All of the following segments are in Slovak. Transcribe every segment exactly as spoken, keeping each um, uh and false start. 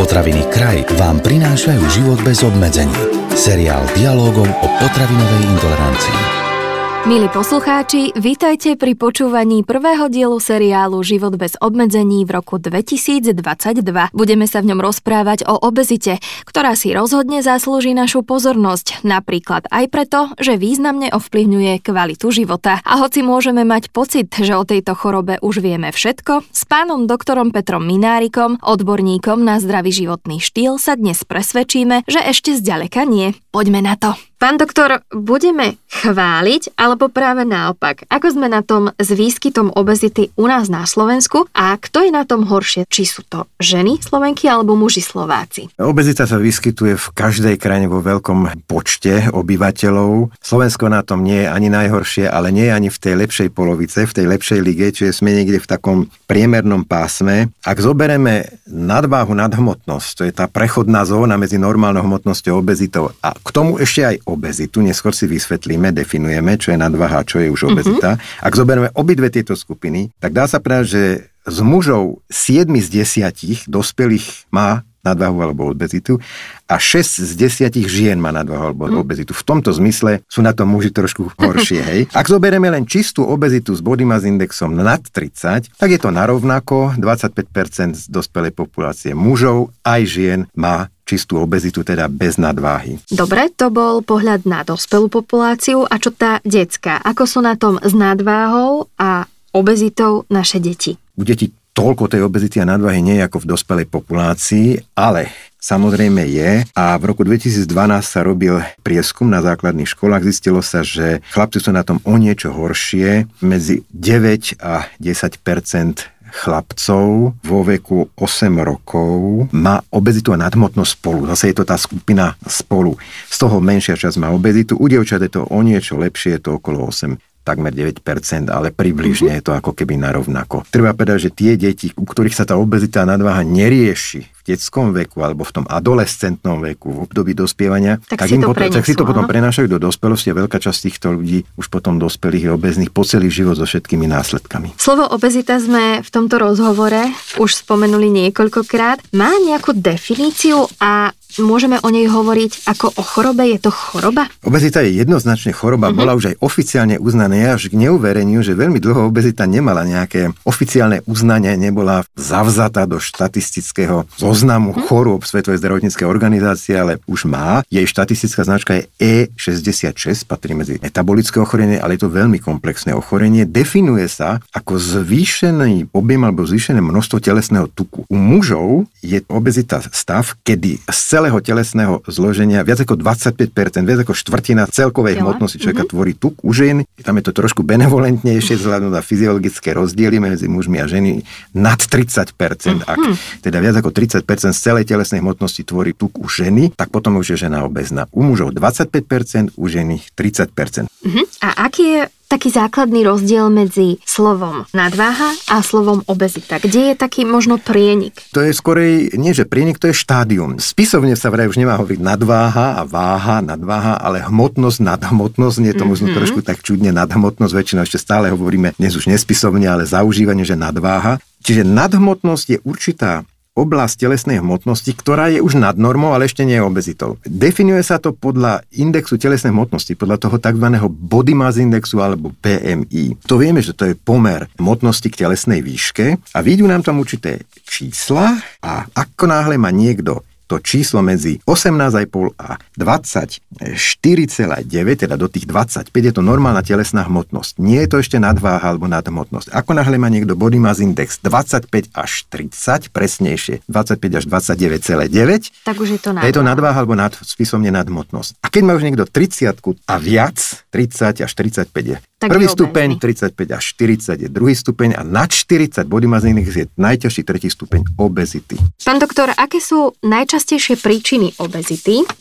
Potraviny Kraj vám prinášajú život bez obmedzení. Seriál dialógov o potravinovej intolerancii. Milí poslucháči, vítajte pri počúvaní prvého dielu seriálu Život bez obmedzení v roku dvetisícdvadsaťdva. Budeme sa v ňom rozprávať o obezite, ktorá si rozhodne zaslúži našu pozornosť, napríklad aj preto, že významne ovplyvňuje kvalitu života. A hoci môžeme mať pocit, že o tejto chorobe už vieme všetko, s pánom doktorom Petrom Minárikom, odborníkom na zdravý životný štýl, sa dnes presvedčíme, že ešte zďaleka nie. Poďme na to. Pán doktor, budeme chváliť, alebo práve naopak? Ako sme na tom s výskytom obezity u nás na Slovensku a kto je na tom horšie? Či sú to ženy Slovenky alebo muži Slováci? Obezita sa vyskytuje v každej krajine vo veľkom počte obyvateľov. Slovensko na tom nie je ani najhoršie, ale nie je ani v tej lepšej polovice, v tej lepšej lige, čiže sme niekde v takom priemernom pásme. Ak zoberieme nadváhu, nadhmotnosť, to je tá prechodná zóna medzi normálnou hmotnosťou a obezitou, a k tomu ešte aj obezitu, neskôr si vysvetlíme, definujeme, čo je nadváha, čo je už obezita. Mm-hmm. Ak zoberieme obidve tieto skupiny, tak dá sa povedať, že z mužov siedmi z desiatich dospelých má nadváhu alebo obezitu a šesť z desiatich žien má nadváhu alebo mm. obezitu. V tomto zmysle sú na tom muži trošku horšie. Hej. Ak zoberieme len čistú obezitu s body mass indexom nad tridsať, tak je to narovnako. dvadsaťpäť percent z dospelej populácie mužov aj žien má čistú obezitu, teda bez nadváhy. Dobre, to bol pohľad na dospelú populáciu. A čo tá detská? Ako sú na tom s nadváhou a obezitou naše deti? U detí toľko tej obezity a nadváhy nie je ako v dospelej populácii, ale samozrejme je. A v roku dvetisícdvanásť sa robil prieskum na základných školách. Zistilo sa, že chlapci sú na tom o niečo horšie. Medzi deväť a desať percent chlapcov vo veku osem rokov má obezitu a nadhmotnosť spolu. Zase je to tá skupina spolu. Z toho menšia časť má obezitu. U dievčat je to o niečo lepšie, je to okolo osem, takmer deväť percent, ale približne mm-hmm. je to ako keby narovnako. Treba povedať, že tie deti, u ktorých sa tá obezita a nadváha nerieši v detskom veku alebo v tom adolescentnom veku, v období dospievania, tak, tak, si, im to potom, tak si to potom prenášajú do dospelosti a veľká časť týchto ľudí už potom dospelých je obezných po celý život so všetkými následkami. Slovo obezita sme v tomto rozhovore už spomenuli niekoľkokrát. Má nejakú definíciu a môžeme o nej hovoriť ako o chorobe? Je to choroba? Obezita je jednoznačne choroba. Mm-hmm. Bola už aj oficiálne uznaná, až k neuvereniu, že veľmi dlho obezita nemala nejaké oficiálne uznanie, nebola zavzatá do štatistického zoznamu mm-hmm. chorôb Svetovej zdravotníckej organizácie, ale už má. Jej štatistická značka je é šesťdesiatšesť, patrí medzi metabolické ochorenie, ale je to veľmi komplexné ochorenie. Definuje sa ako zvýšený objem alebo zvýšené množstvo telesného tuku. U mužov je obezita stav, kedy z celého telesného zloženia viac ako dvadsaťpäť percent, viac ako štvrtina celkovej hmotnosti človeka mm-hmm. tvorí tuk. U žien tam je to trošku benevolentnejšie vzhľadom na fyziologické rozdiely medzi mužmi a ženy nad tridsať percent. Mm-hmm. Ak teda viac ako tridsať percent z celej telesnej hmotnosti tvorí tuk u ženy, tak potom už je žena obezná. U mužov dvadsaťpäť percent, u ženy tridsať percent. Mm-hmm. A aký je taký základný rozdiel medzi slovom nadváha a slovom obezita? Kde je taký možno prienik? To je skorej, nie že prienik, to je štádium. Spisovne sa vraj už nemá hovoriť nadváha a váha, nadváha, ale hmotnosť, nadhmotnosť, nie je to možno mm-hmm. trošku tak čudne nadhmotnosť, väčšinou ešte stále hovoríme, dnes už nespisovne, ale zaužívanie, že nadváha. Čiže nadhmotnosť je určitá oblasť telesnej hmotnosti, ktorá je už nad normou, ale ešte nie je obezitou. Definuje sa to podľa indexu telesnej hmotnosti, podľa toho tzv. Body mass indexu alebo bé em í. To vieme, že to je pomer hmotnosti k telesnej výške a výjdu nám tam určité čísla a ako náhle má niekto to číslo medzi osemnásť celá päť a dvadsaťštyri celá deväť, teda do tých dvadsaťpäť, je to normálna telesná hmotnosť. Nie je to ešte nadváha alebo nadhmotnosť. Ako náhle má niekto body mass index dvadsaťpäť až tridsať, presnejšie dvadsaťpäť až dvadsaťdeväť celá deväť, tak už je to nadváha. Je to nadváha alebo nad, spisovne nadhmotnosť. A keď má už niekto tridsiatku a viac, tridsať až tridsaťpäť je tak prvý je stupeň, tridsaťpäť až štyridsať je druhý stupeň a nad štyridsať body mass index je najťažší tretí stupeň obezity. Pán doktor, aké sú najčastejšie príčiny obezity? Kto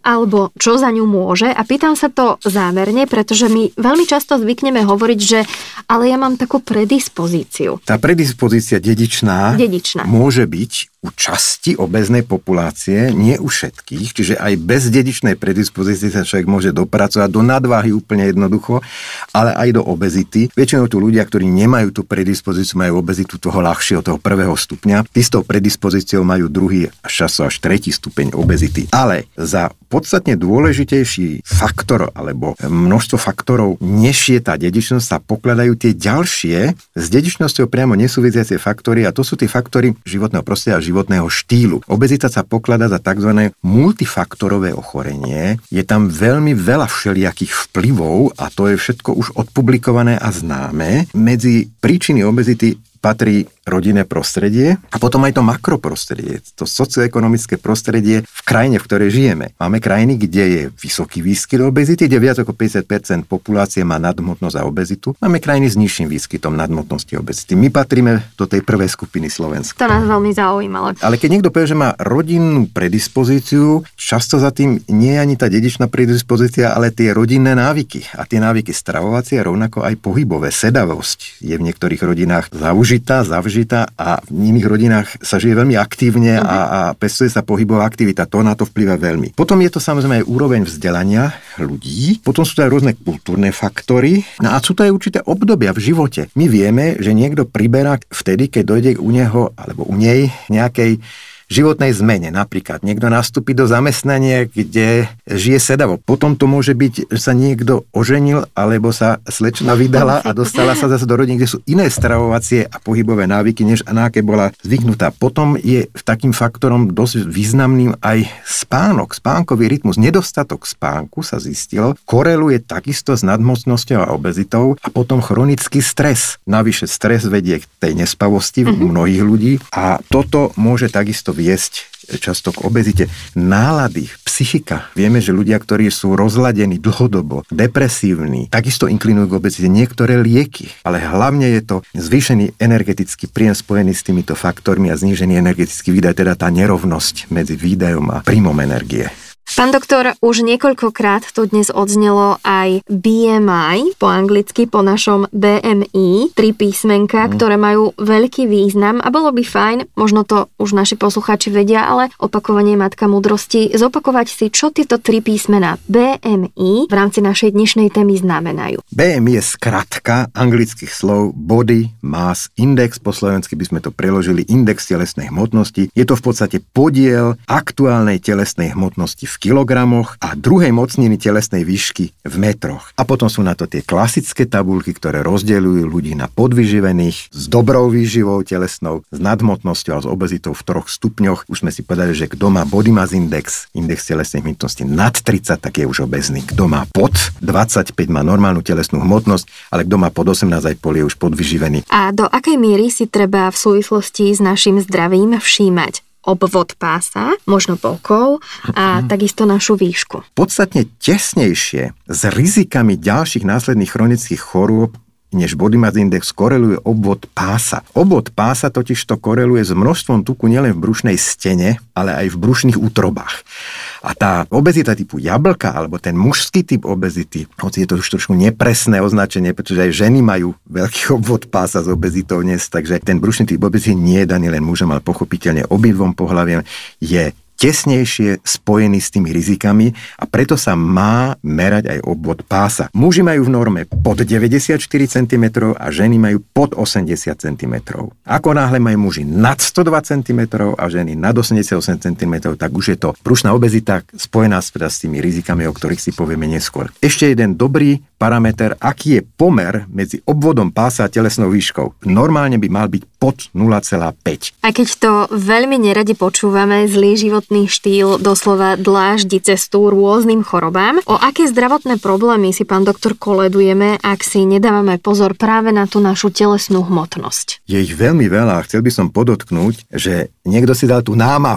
alebo čo za ňu môže. A pýtam sa to zámerne, pretože my veľmi často zvykneme hovoriť, že ale ja mám takú predispozíciu. Tá predispozícia dedičná, dedičná môže byť u časti obeznej populácie, nie u všetkých, čiže aj bez dedičnej predispozície sa človek môže dopracovať do nadváhy úplne jednoducho, ale aj do obezity. Väčšinou tu ľudia, ktorí nemajú tú predispozíciu, majú obezitu toho ľahšieho, toho prvého stupňa. Tí s tou predispozíciou majú druhý až až tretí stupeň obezity. Ale za podstatne dôležitejší faktor alebo množstvo faktorov, než je tá dedičnosť, sa pokladajú tie ďalšie s dedičnosťou priamo nesúvisiace faktory, a to sú tie faktory životného prostredia a životného štýlu. Obezita sa pokladá za tzv. Multifaktorové ochorenie. Je tam veľmi veľa všelijakých vplyvov a to je všetko už odpublikované a známe. Medzi príčiny obezity patrí rodinné prostredie a potom aj to makroprostredie, to socioekonomické prostredie v krajine, v ktorej žijeme. Máme krajiny, kde je vysoký výskyt obezity, kde viac ako päťdesiat percent populácie má nadhmotnosť a obezitu. Máme krajiny s nižším výskytom nadhmotnosti a obezity. My patríme do tej prvej skupiny Slovenska. To nás veľmi zaujímalo. Ale keď niekto povie, že má rodinnú predispozíciu, často za tým nie je ani tá dedičná predispozícia, ale tie rodinné návyky. A tie návyky stravovacie, rovnako aj pohybové, sedavosť je v niektorých rodinách zaužitá, zavžitá a v iných rodinách sa žije veľmi aktívne a, a pestuje sa pohybová aktivita. To na to vplyvá veľmi. Potom je to samozrejme aj úroveň vzdelania ľudí, potom sú to aj rôzne kultúrne faktory, no a sú to aj určité obdobia v živote. My vieme, že niekto priberá vtedy, keď dojde u neho alebo u nej nejakej životnej zmene. Napríklad niekto nastúpi do zamestnania, kde žije sedavo. Potom to môže byť, že sa niekto oženil alebo sa slečna vydala a dostala sa zase do rodiny, kde sú iné stravovacie a pohybové návyky, než na aké bola zvyknutá. Potom je takým faktorom dosť významným aj spánok, spánkový rytmus. Nedostatok spánku sa zistilo, koreluje takisto s nadmocnosťou a obezitou a potom chronický stres. Navyše stres vedie k tej nespavosti u mnohých ľudí a toto môže takisto viesť často k obezite. Nálady, psychika. Vieme, že ľudia, ktorí sú rozladení dlhodobo, depresívni, takisto inklinujú k obezite. Niektoré lieky, ale hlavne je to zvýšený energetický príjem spojený s týmito faktormi a znížený energetický výdaj, teda tá nerovnosť medzi výdajom a príjmom energie. Pán doktor, už niekoľkokrát tu dnes odznelo aj bé em í, po anglicky, po našom bé em í, tri písmenka, mm. ktoré majú veľký význam a bolo by fajn, možno to už naši poslucháči vedia, ale opakovanie matka múdrosti, zopakovať si, čo tieto tri písmená bé em í v rámci našej dnešnej témy znamenajú. bé em í je skratka anglických slov Body Mass Index, po slovensky by sme to preložili index telesnej hmotnosti. Je to v podstate podiel aktuálnej telesnej hmotnosti v kilogramoch a druhej mocniny telesnej výšky v metroch. A potom sú na to tie klasické tabuľky, ktoré rozdeľujú ľudí na podvyživených, s dobrou výživou telesnou, s nadhmotnosťou a s obezitou v troch stupňoch. Už sme si povedali, že kto má body mass index, index telesnej hmotnosti nad tridsať, tak je už obezný. Kto má pod dvadsaťpäť, má normálnu telesnú hmotnosť, ale kto má pod osemnásť celá päť je už podvyživený. A do akej miery si treba v súvislosti s našim zdravím všímať obvod pása, možno bokov a takisto našu výšku? Podstatne tesnejšie s rizikami ďalších následných chronických chorôb než body mass index koreluje obvod pása. Obvod pása totiž to koreluje s množstvom tuku nielen v brušnej stene, ale aj v brušných útrobách. A tá obezita typu jablka, alebo ten mužský typ obezity, hoci je to už trošku nepresné označenie, pretože aj ženy majú veľký obvod pása s obezitou dnes, takže ten brušný typ obezity nie je daný len mužom, ale pochopiteľne obidvom pohlaviem je tesnejšie spojený s tými rizikami a preto sa má merať aj obvod pása. Muži majú v norme pod deväťdesiatštyri centimetrov a ženy majú pod osemdesiat centimetrov. Ako náhle majú muži nad sto dva centimetrov a ženy nad osemdesiatosem centimetrov, tak už je to brušná obezita spojená s tými rizikami, o ktorých si povieme neskôr. Ešte jeden dobrý parameter, aký je pomer medzi obvodom pása a telesnou výškou. Normálne by mal byť pod nula celá päť. A keď to veľmi neradi počúvame, zlý životný štýl doslova dláždi cestu rôznym chorobám. O aké zdravotné problémy si, pán doktor, koledujeme, ak si nedávame pozor práve na tú našu telesnú hmotnosť? Je ich veľmi veľa. Chcel by som podotknúť, že niekto si dal tú námahu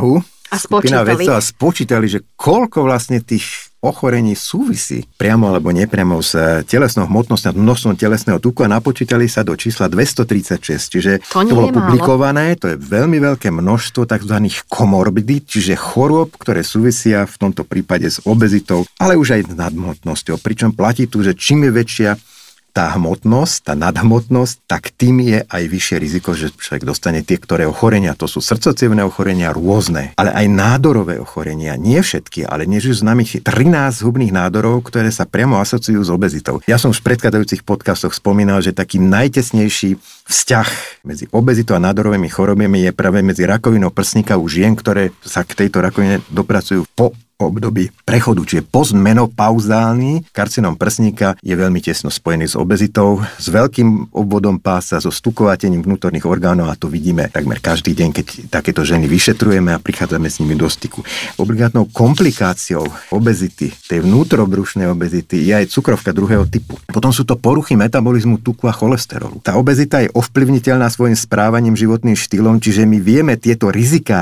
A skupina spočítali. vedcov a spočítali, že koľko vlastne tých ochorení súvisí priamo alebo nepriamo s telesnou hmotnosťou, množstvom telesného tuku a napočítali sa do čísla dvestotridsaťšesť. Čiže to, to bolo málo. publikované, to je veľmi veľké množstvo tzv. Komorbidít, čiže chorôb, ktoré súvisia v tomto prípade s obezitou, ale už aj s nadhmotnosťou. Pričom platí tu, že čím je väčšia tá hmotnosť, tá nadhmotnosť, tak tým je aj vyššie riziko, že človek dostane tie, ktoré ochorenia. To sú srdcocievne ochorenia rôzne, ale aj nádorové ochorenia. Nie všetky, ale dnes už známych trinásť zhubných nádorov, ktoré sa priamo asociujú s obezitou. Ja som v predchádzajúcich podcastoch spomínal, že taký najtesnejší vzťah medzi obezitou a nádorovými chorobami je práve medzi rakovinou prsníka u žien, ktoré sa k tejto rakovine dopracujú po období prechodu, čiže postmenopauzálny karcinom prsníka je veľmi tesno spojený s obezitou, s veľkým obvodom pása, so stukovatením vnútorných orgánov a to vidíme takmer každý deň, keď takéto ženy vyšetrujeme a prichádzame s nimi do styku. Obligátnou komplikáciou obezity, tej vnútrobrušnej obezity, je aj cukrovka druhého typu. Potom sú to poruchy metabolizmu tuku a cholesterolu. Tá obezita je ovplyvniteľná svojim správaním, životným štýlom, čiže my vieme tieto riziká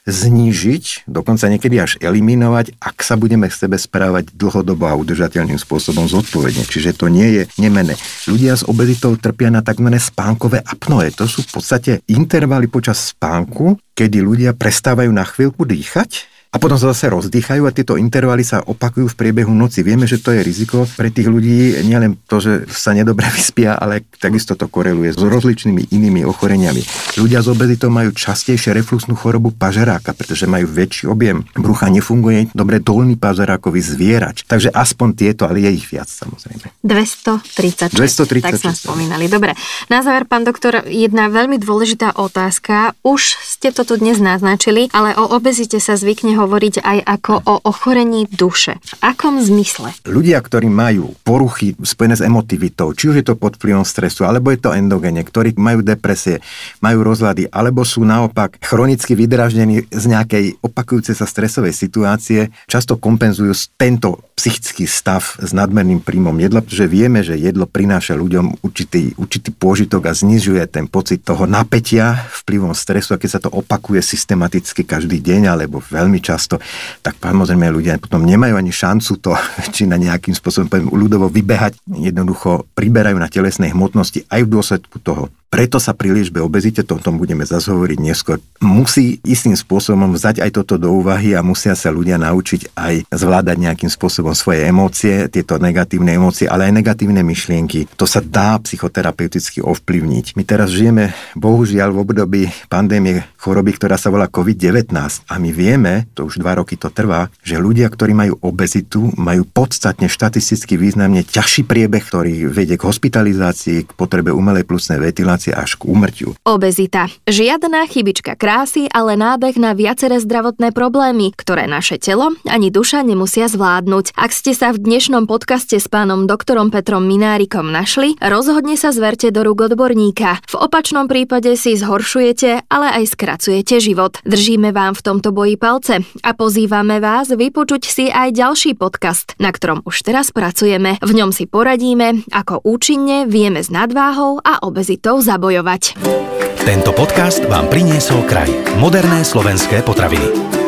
znížiť, dokonca niekedy až eliminovať, ak sa budeme k sebe správať dlhodobo a udržateľným spôsobom zodpovedne. Čiže to nie je nemenné. Ľudia s obezitou trpia na tzv. Spánkové apnoe. To sú v podstate intervaly počas spánku, kedy ľudia prestávajú na chvíľku dýchať a potom sa zase rozdýchajú a tieto intervaly sa opakujú v priebehu noci. Vieme, že to je riziko pre tých ľudí, nielen to, že sa nedobre vyspia, ale takisto to koreluje s rozličnými inými ochoreniami. Ľudia s obezitou majú častejšie refluxnú chorobu pažeráka, pretože majú väčší objem brucha, nefunguje dobre dolný pažerákový zvierač. Takže aspoň tieto, ale je ich viac samozrejme. dvestotridsaťšesť. dvestotridsaťšesť. Tak sme spomínali. Dobre. Na záver, pán doktor, jedna veľmi dôležitá otázka. Už ste to tu dnes naznačili, ale o obezite sa zvykne hovoriť aj ako o ochorení duše. V akom zmysle? Ľudia, ktorí majú poruchy spojené s emotivitou, či už je to pod vplyvom stresu, alebo je to endogéne, ktorí majú depresie, majú rozlady, alebo sú naopak chronicky vydraždení z nejakej opakujúcej sa stresovej situácie, často kompenzujú tento psychický stav s nadmerným príjmom jedla, pretože vieme, že jedlo prináša ľuďom určitý, určitý pôžitok a znižuje ten pocit toho napätia vplyvom stresu, a keď sa to opakuje systematicky každý deň alebo veľmi často, tak samozrejme ľudia potom nemajú ani šancu to či na nejakým spôsobom poviem, ľudovo vybehať. Jednoducho priberajú na telesnej hmotnosti aj v dôsledku toho. Preto sa pri liečbe obezite, to o tom budeme zase hovoriť neskôr, musí istým spôsobom vzať aj toto do úvahy a musia sa ľudia naučiť aj zvládať nejakým spôsobom svoje emócie, tieto negatívne emócie, ale aj negatívne myšlienky. To sa dá psychoterapeuticky ovplyvniť. My teraz žijeme, bohužiaľ, v období pandémie choroby, ktorá sa volá covid devätnásť a my vieme, to už dva roky to trvá, že ľudia, ktorí majú obezitu, majú podstatne štatisticky významne ťažší priebeh, ktorý vedie k hospitalizácii, k potrebe umelej pľucnej ventilácie až k úmrtiu. Obezita. Žiadna chybička krásy, ale nábeh na viaceré zdravotné problémy, ktoré naše telo ani duša nemusia zvládnuť. Ak ste sa v dnešnom podcaste s pánom doktorom Petrom Minárikom našli, rozhodne sa zverte do rúk odborníka. V opačnom prípade si zhoršujete, ale aj skracujete život. Držíme vám v tomto boji palce a pozývame vás vypočuť si aj ďalší podcast, na ktorom už teraz pracujeme. V ňom si poradíme, ako účinne vieme s nadváhou a obezitou zabojovať. Tento podcast vám priniesol kraj. Moderné slovenské potraviny.